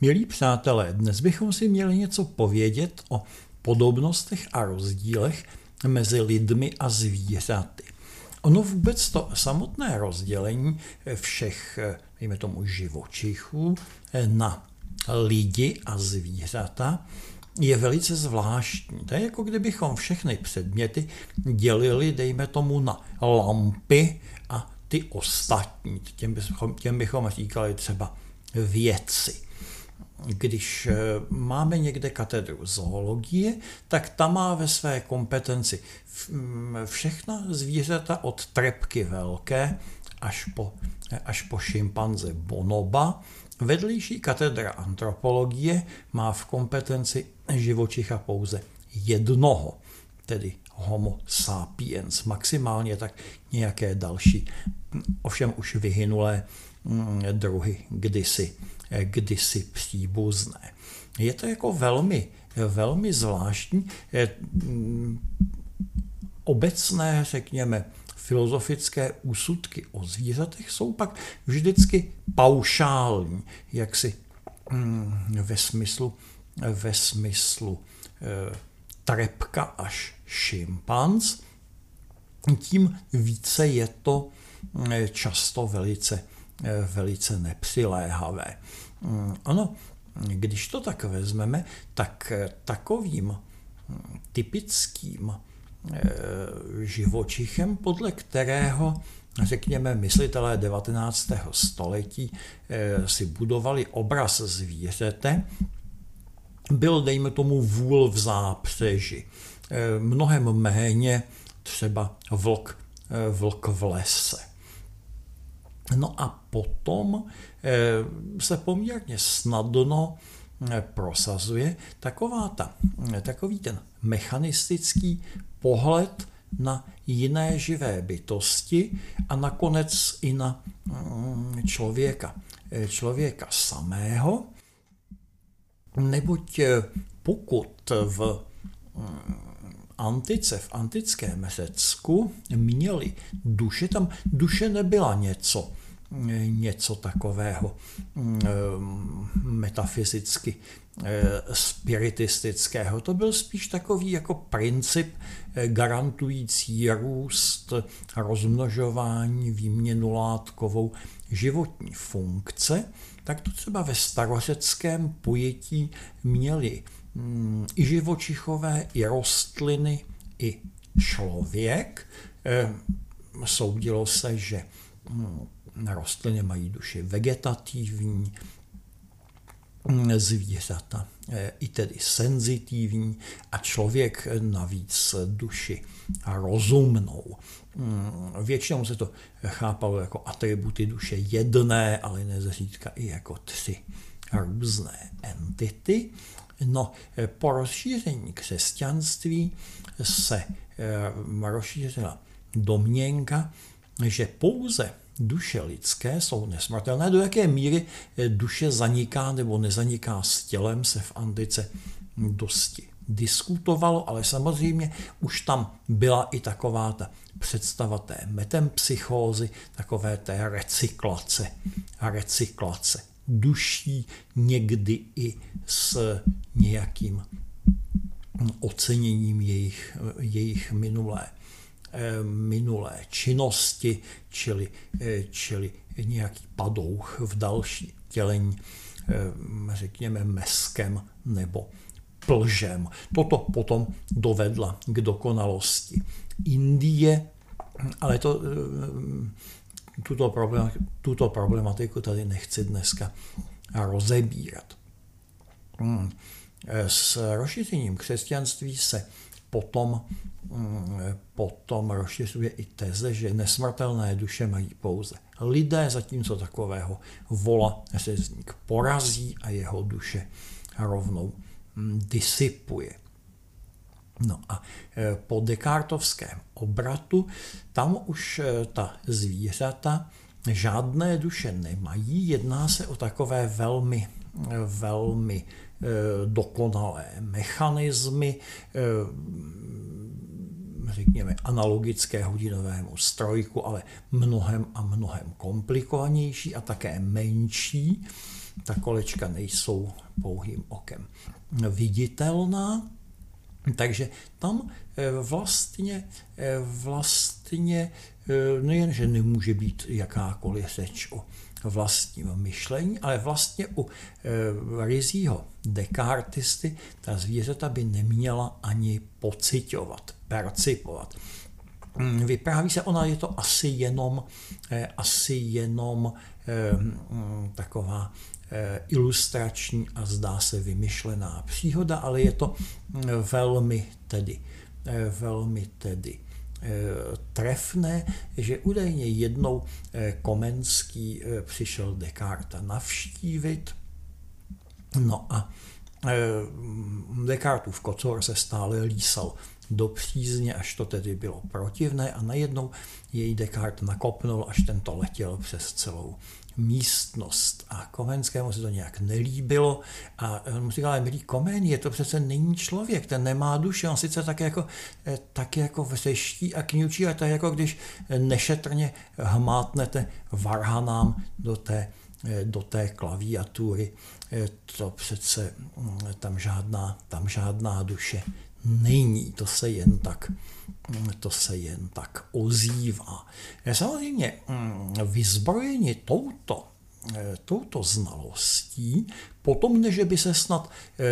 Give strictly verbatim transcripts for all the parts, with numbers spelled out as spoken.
Milí přátelé, dnes bychom si měli něco povědět o podobnostech a rozdílech mezi lidmi a zvířaty. Ono vůbec to samotné rozdělení všech, dejme tomu, živočichů na lidi a zvířata je velice zvláštní. To je jako kdybychom všechny předměty dělili, dejme tomu, na lampy a ty ostatní. Těm bychom, těm bychom říkali třeba věci. Když máme někde katedru zoologie, tak ta má ve své kompetenci všechna zvířata od trepky velké až po, až po šimpanze bonoba. Vedlejší katedra antropologie má v kompetenci živočicha pouze jednoho, tedy Homo sapiens, maximálně tak nějaké další, ovšem už vyhynulé druhy kdysi, kdysi příbuzné. Je to jako velmi, velmi zvláštní. Obecné, řekněme, filozofické úsudky o zvířatech jsou pak vždycky paušální, jaksi ve smyslu, ve smyslu e, trepka až šimpanz. Tím více je to často velice, velice nepřiléhavé. Ano, když to tak vezmeme, tak takovým typickým živočichem, podle kterého, řekněme, myslitelé devatenáctého století si budovali obraz zvířete, byl, dejme tomu, vůl v zápřeži. Mnohem méně třeba vlk, vlk v lese. No a potom se poměrně snadno prosazuje taková ta, takový ten mechanistický pohled na jiné živé bytosti a nakonec i na člověka, člověka samého, neboť pokud v antice, v antickém Řecku měli duše, tam duše nebyla něco, něco takového metafyzicky spiritistického. To byl spíš takový jako princip garantující růst, rozmnožování, výměnu látkovou, životní funkce. Tak to třeba ve starořeckém pojetí měli i živočichové, i rostliny, i člověk. Soudilo se, že rostliny mají duši vegetativní, zvířata i tedy senzitivní a člověk navíc duši rozumnou. Většinou se to chápalo jako atributy duše jedné, ale nezřídka i jako tři různé entity. No, po rozšíření křesťanství se rozšířila domněnka, že pouze duše lidské jsou nesmrtelné. Do jaké míry duše zaniká nebo nezaniká s tělem, se v antice dosti diskutovalo, ale samozřejmě už tam byla i taková ta představa té metempsychózy, takové té recyklace a recyklace duší, někdy i s nějakým oceněním jejich, jejich minulé minulé činnosti, čili, čili nějaký padouch v další tělení, řekněme meskem nebo plžem. Toto potom dovedla k dokonalosti Indie, ale to, tuto, problem, tuto problematiku tady nechci dneska rozebírat. S rozšířením křesťanství se potom, potom rozšiřuje i teze, že nesmrtelné duše mají pouze lidé, zatímco takového vola řezník porazí a jeho duše rovnou disipuje. No a po descartovském obratu tam už ta zvířata žádné duše nemají, jedná se o takové velmi, velmi dokonalé mechanismy, řekněme analogické hodinovému strojku, ale mnohem a mnohem komplikovanější a také menší. ta kolečka nejsou pouhým okem viditelná, takže tam vlastně, vlastně nejenže nemůže být jakákoliv řeč o vlastním myšlení, ale vlastně u ryzího descartisty ta zvířata by neměla ani pociťovat, percipovat. Vypráví se, ona je to asi jenom, asi jenom taková ilustrační a zdá se vymyšlená příhoda, ale je to velmi tedy, velmi tedy trefné, že údajně jednou Komenský přišel Descartesa navštívit, no a Descartesův kocor se stále lísal do přízně, až to tedy bylo protivné a najednou jej Descartes nakopnul, až tento letěl přes celou místnost. A Komenskému se to nějak nelíbilo a on mu říkal, ale milý Komén, je to přece není člověk, ten nemá duši, on sice tak jako, tak jako vřeští a kňučí, ale to je jako když nešetrně hmátnete varhanám do té, do té klaviatury, to přece tam žádná, tam žádná duše není, to se jen tak, to se jen tak ozývá. Samozřejmě vyzbrojeni touto, touto znalostí, potom než by se snad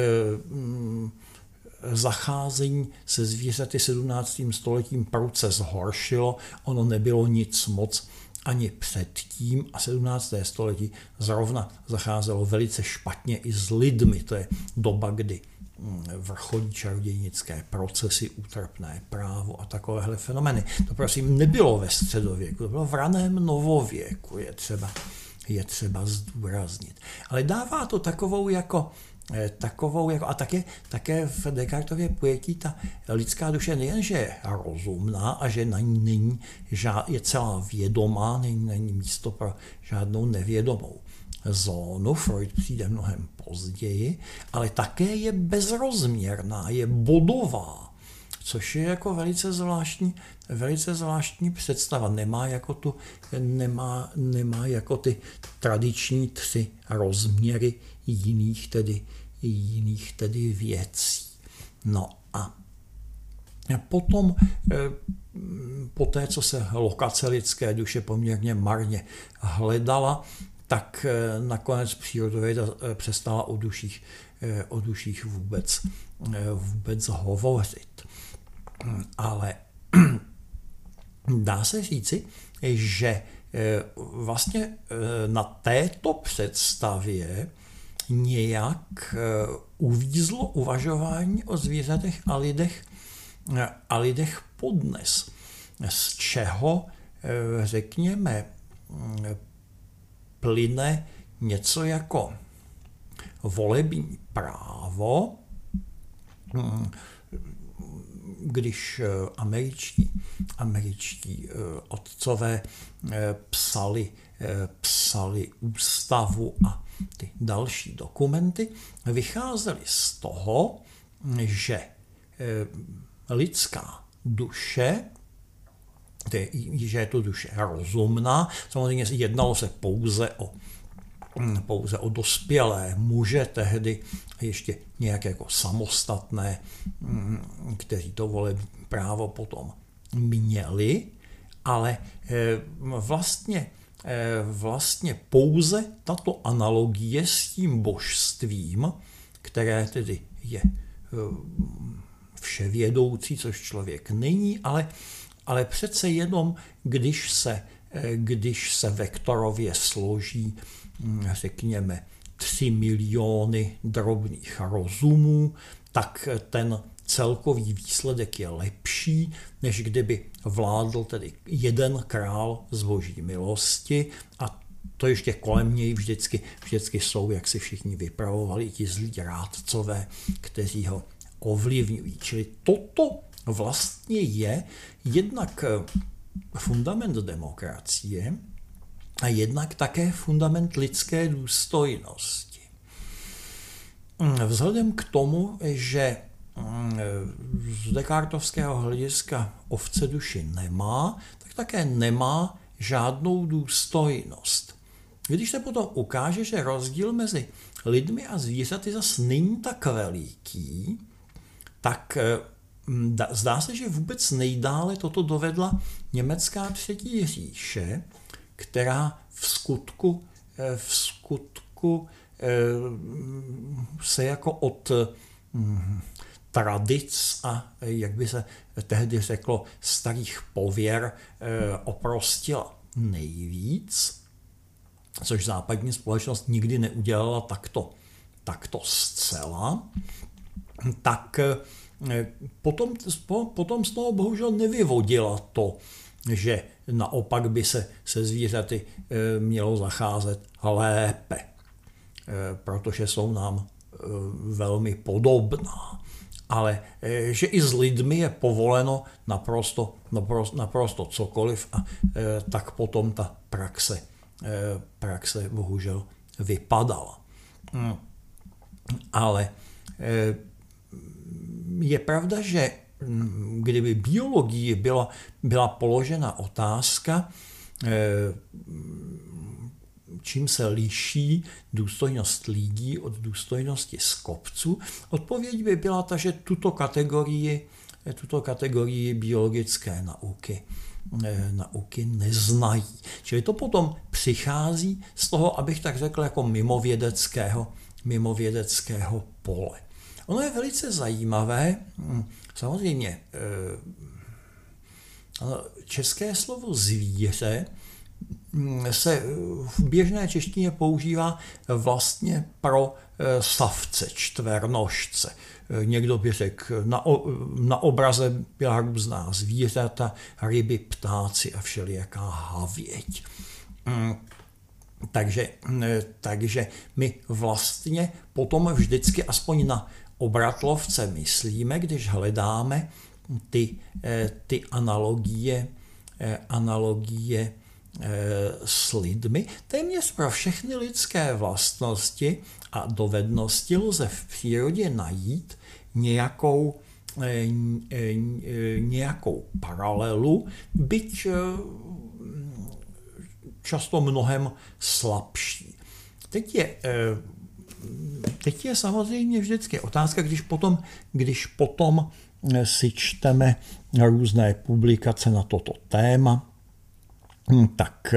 zacházení se zvířaty sedmnáctým stoletím prudce zhoršilo, ono nebylo nic moc ani předtím a sedmnácté století zrovna zacházelo velice špatně i s lidmi, to je doba, kdy vrcholí čarodějnické procesy, útrpné právo a takovéhle fenomény. To prosím nebylo ve středověku, to bylo v raném novověku, je třeba, je třeba zdůraznit. Ale dává to takovou jako, takovou jako a také, také v Descartově pojetí ta lidská duše nejenže je rozumná a že na ní není, je celá vědomá, není na ní místo pro žádnou nevědomou zónu, Freud přijde mnohem později, ale také je bezrozměrná, je bodová, což je jako velice zvláštní, velice zvláštní představa. Nemá jako, tu, nemá, nemá jako ty tradiční tři rozměry jiných tedy, jiných tedy věcí. No a potom, po té, co se lokace lidské duše poměrně marně hledala, tak nakonec přírodověda přestala o duších, o duších vůbec, vůbec hovořit. Ale dá se říci, že vlastně na této představě nějak uvízlo uvažování o zvířatech a lidech, a lidech podnes, z čeho, řekněme, plyne něco jako volební právo, když američtí, američtí otcové psali, psali ústavu a ty další dokumenty, vycházeli z toho, že lidská duše, že je to duše rozumná, samozřejmě jednalo se pouze o, pouze o dospělé muže, tehdy ještě nějak jako samostatné, kteří to volební právo potom měli, ale vlastně, vlastně pouze tato analogie s tím božstvím, které tedy je vševědoucí, což člověk není, ale ale přece jenom, když se, když se vektorově složí, řekněme, tři miliony drobných rozumů, tak ten celkový výsledek je lepší, než kdyby vládl tedy jeden král z boží milosti a to ještě kolem něj vždycky, vždycky jsou, jak si všichni vypravovali, ti zlí rádcové, kteří ho ovlivňují. Čili toto vlastně je jednak fundament demokracie a jednak také fundament lidské důstojnosti. Vzhledem k tomu, že z descartovského hlediska ovce duši nemá, tak také nemá žádnou důstojnost. Když se potom ukáže, že rozdíl mezi lidmi a zvířaty zase není tak veliký, tak zdá se, že vůbec nejdále toto dovedla německá třetí říše, která v skutku, v skutku se jako od tradic a, jak by se tehdy řeklo, starých pověr oprostila nejvíc, což západní společnost nikdy neudělala takto, takto zcela, tak potom, potom z toho bohužel nevyvodila to, že naopak by se se zvířaty mělo zacházet lépe, protože jsou nám velmi podobná. Ale že i s lidmi je povoleno naprosto, naprosto, naprosto cokoliv a tak potom ta praxe, praxe bohužel vypadala. Ale je pravda, že kdyby biologii byla, byla položena otázka, čím se liší důstojnost lidí od důstojnosti skopců, odpověď by byla ta, že tuto kategorii, tuto kategorii biologické nauky, nauky neznají. Čili to potom přichází z toho, abych tak řekl, jako mimovědeckého, mimovědeckého pole. Ono je velice zajímavé, samozřejmě české slovo zvíře se v běžné češtině používá vlastně pro savce, čtvernožce. Někdo by řekl, na, na obraze byla různá zvířata, ryby, ptáci a všelijaká havěť. Takže, takže my vlastně potom vždycky aspoň na obratlovce myslíme, když hledáme ty, ty analogie, analogie s lidmi. Téměř pro všechny lidské vlastnosti a dovednosti lze v přírodě najít nějakou, nějakou paralelu, byť často mnohem slabší. Teď je, teď je samozřejmě vždycky otázka, když potom, když potom si čteme různé publikace na toto téma, tak,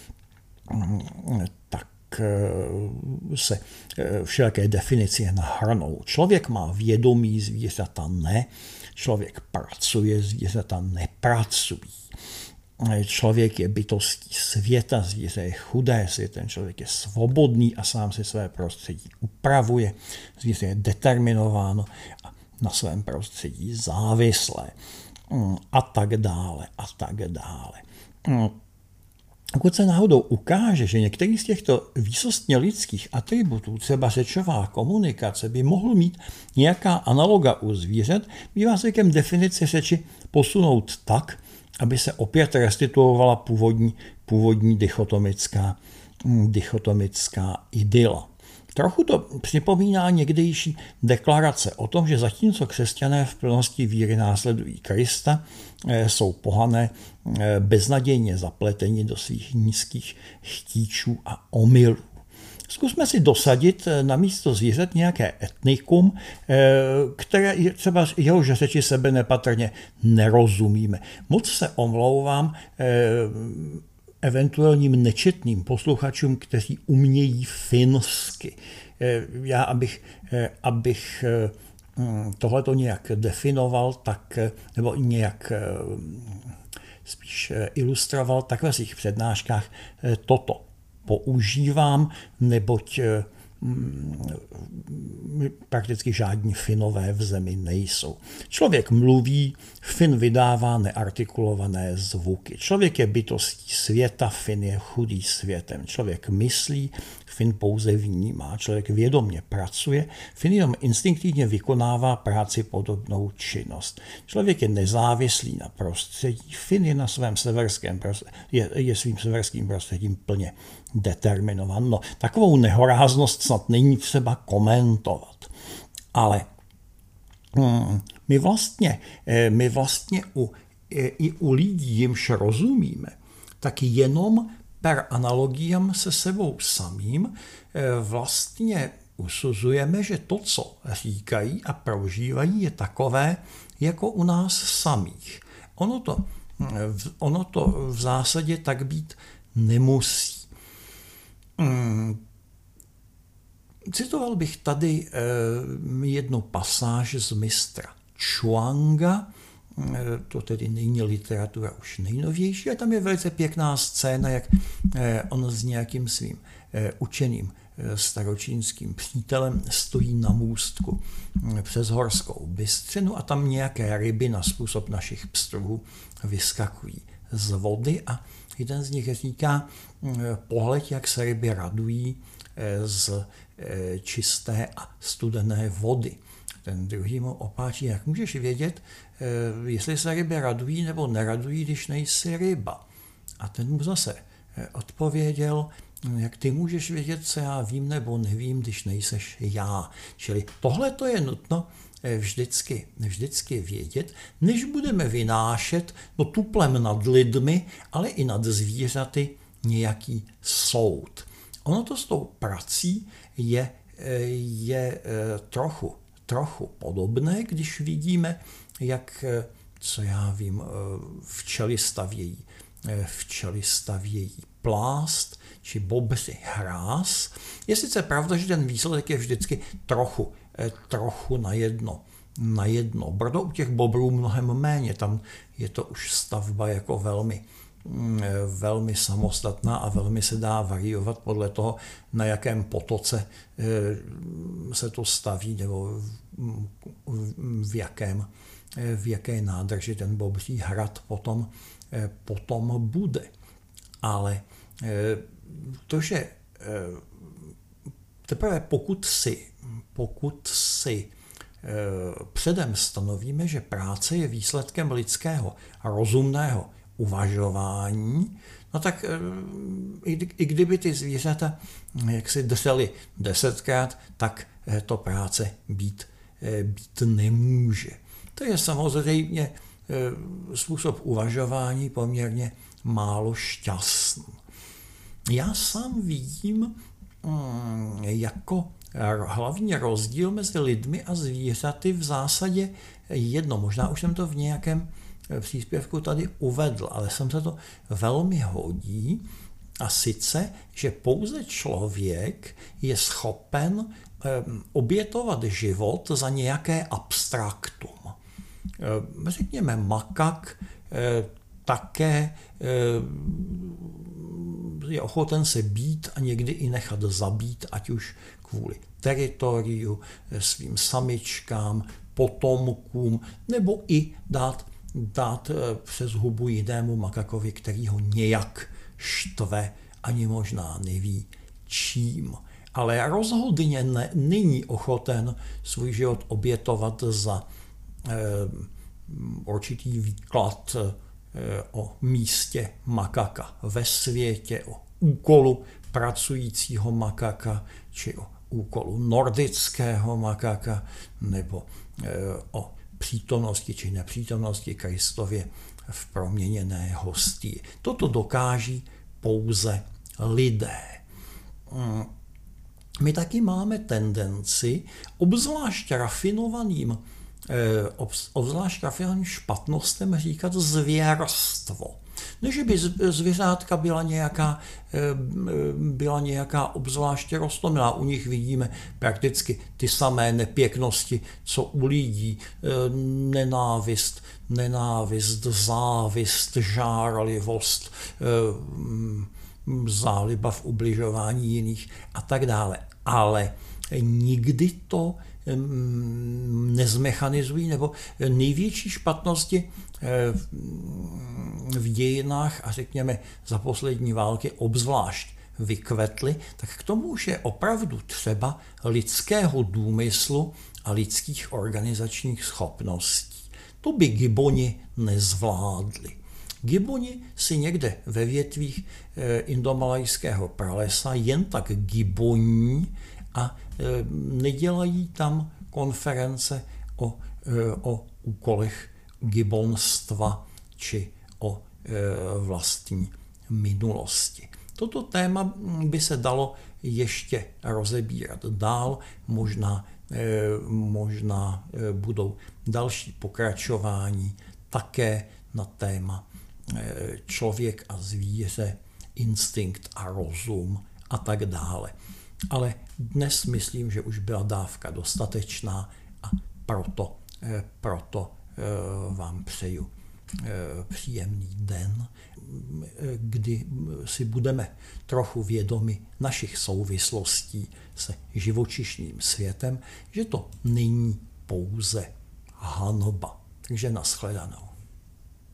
tak se všelijaké definice nahrnou. Člověk má vědomí, zvířata ne. Člověk pracuje, zvířata nepracují. Člověk je bytostí světa, zvíře je chudé, ten člověk je svobodný a sám si své prostředí upravuje. Zvíře je determinováno a na svém prostředí závislé. A tak dále, a tak dále. Pokud se náhodou ukáže, že některý z těchto výsostně lidských atributů, třeba řečová komunikace, by mohl mít nějaká analoga u zvířat, bývá zvykem definici řeči posunout tak, aby se opět restituovala původní, původní dichotomická, dichotomická idyla. Trochu to připomíná někdejší deklarace o tom, že zatímco křesťané v plnosti víry následují Krista, jsou pohané beznadějně zapleteni do svých nízkých chtíčů a omylů. Zkusme si dosadit na místo zvířat nějaké etnikum, které třeba jehož řeči sebe nepatrně nerozumíme. Moc se omlouvám eventuálním nečetným posluchačům, kteří umějí finsky. Já, abych, abych tohleto nějak definoval, tak, nebo nějak spíš ilustroval, tak ve svých přednáškách toto používám, neboť prakticky žádní Finové v zemi nejsou. Člověk mluví, Fin vydává neartikulované zvuky. Člověk je bytostí světa, Fin je chudý světem. Člověk myslí, Fin pouze vnímá. Člověk vědomě pracuje, Fin jenom instinktivně vykonává práci podobnou činnost. Člověk je nezávislý na prostředí, Fin je na svém severském prostředí, je, je svým severským prostředím plně determinovan. No, takovou nehoráznost snad není třeba komentovat. Ale hmm, my vlastně, my vlastně u, i u lidí, jimž rozumíme, tak jenom per analogiam se sebou samým vlastně usuzujeme, že to, co říkají a prožívají, je takové, jako u nás samých. Ono to, ono to v zásadě tak být nemusí. Hmm. Citoval bych tady jednu pasáž z mistra Chuanga, to tedy není literatura už nejnovější, a tam je velice pěkná scéna, jak on s nějakým svým učeným staročínským přítelem stojí na můstku přes horskou bystřinu a tam nějaké ryby na způsob našich pstruhů vyskakují z vody a jeden z nich říká, pohled, jak se ryby radují z čisté a studené vody. Ten druhý mu opáčí, jak můžeš vědět, jestli se ryby radují nebo neradují, když nejsi ryba. A ten mu zase odpověděl, jak ty můžeš vědět, co já vím nebo nevím, když nejseš já. Čili tohle to je nutno vždycky, vždycky vědět, než budeme vynášet no tuplem nad lidmi, ale i nad zvířaty nějaký soud. Ono to s tou prací je, je trochu, trochu podobné, když vidíme, jak, co já vím, včely stavějí, včely stavějí plást, či bobři hráz. Je sice pravda, že ten výsledek je vždycky trochu, trochu na jedno, na jedno brdo, u těch bobrů mnohem méně, tam je to už stavba jako velmi, velmi samostatná a velmi se dá variovat podle toho, na jakém potoce se to staví nebo v jakém, v jaké nádrži ten bobří hrad potom, potom bude. Ale to, že teprve pokud si, pokud si předem stanovíme, že práce je výsledkem lidského rozumného uvažování, no tak i kdyby ty zvířata jak si dřeli desetkrát, tak to práce být, být nemůže. To je samozřejmě způsob uvažování poměrně málo šťastný. Já sám vidím jako hlavní rozdíl mezi lidmi a zvířaty v zásadě jedno. Možná už jsem to v nějakém příspěvku tady uvedl, ale jsem se to velmi hodí. A sice, že pouze člověk je schopen obětovat život za nějaké abstraktum. Řekněme, makak také je ochoten se být a někdy i nechat zabít, ať už kvůli teritoriu, svým samičkám, potomkům, nebo i dát, dát přes hubu jinému makakovi, který ho nějak štve, ani možná neví čím. Ale rozhodně ne, není ochoten svůj život obětovat za eh, určitý výklad eh, o místě makaka ve světě, o úkolu pracujícího makaka, či o úkolu nordického makaka, nebo eh, o přítomnosti či nepřítomnosti Kristově v proměněné hostii. Toto dokáží pouze lidé. My taky máme tendenci, obzvlášť rafinovaným, obzvlášť rafinovaným špatnostem říkat zvěrstvo. Ne, že by zvěřátka byla nějaká, byla nějaká obzvláště roztomilá. U nich vidíme prakticky ty samé nepěknosti, co u lidí. Nenávist, nenávist, závist, žárlivost, záliba v ubližování jiných a tak dále. Ale nikdy to nezmechanizují, nebo největší špatnosti v dějinách a řekněme za poslední války obzvlášť vykvetly, tak k tomu už je opravdu třeba lidského důmyslu a lidských organizačních schopností. To by Giboni nezvládli. Giboni si někde ve větvích indomalajského pralesa jen tak giboní a nedělají tam konference o, o úkolech gibonstva či o vlastní minulosti. Toto téma by se dalo ještě rozebírat dál, možná, možná budou další pokračování také na téma člověk a zvíře, instinkt a rozum a tak dále. Ale dnes myslím, že už byla dávka dostatečná a proto, proto vám přeju příjemný den, kdy si budeme trochu vědomi našich souvislostí se živočišním světem, že to není pouze hanba. Takže nashledanou.